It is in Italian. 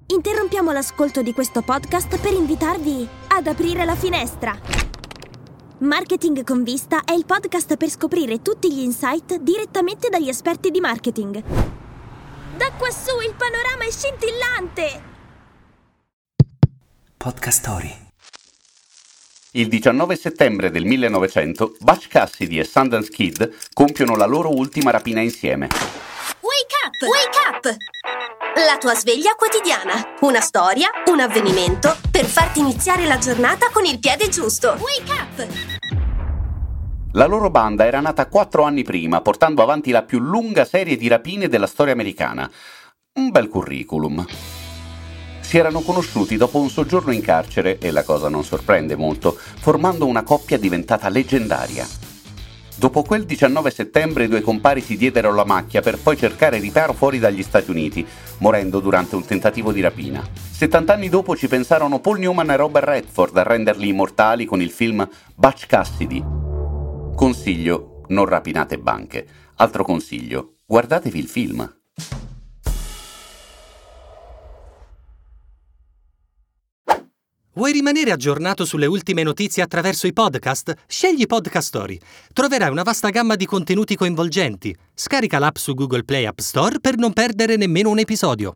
Interrompiamo l'ascolto di questo podcast per invitarvi ad aprire la finestra. Marketing con Vista è il podcast per scoprire tutti gli insight direttamente dagli esperti di marketing. Da quassù il panorama è scintillante! Podcast Story. Il 19 settembre del 1900, Butch Cassidy e Sundance Kid compiono la loro ultima rapina insieme. Wake up! Wake up! La tua sveglia quotidiana. Una storia, un avvenimento per farti iniziare la giornata con il piede giusto. Wake up! La loro banda era nata 4 anni prima, portando avanti la più lunga serie di rapine della storia americana. Un bel curriculum. Si erano conosciuti dopo un soggiorno in carcere e la cosa non sorprende molto, formando una coppia diventata leggendaria. Dopo quel 19 settembre i due compari si diedero la macchia per poi cercare riparo fuori dagli Stati Uniti, morendo durante un tentativo di rapina. 70 anni dopo ci pensarono Paul Newman e Robert Redford a renderli immortali con il film Butch Cassidy. Consiglio, non rapinate banche. Altro consiglio, guardatevi il film. Vuoi rimanere aggiornato sulle ultime notizie attraverso i podcast? Scegli Podcast Story. Troverai una vasta gamma di contenuti coinvolgenti. Scarica l'app su Google Play App Store per non perdere nemmeno un episodio.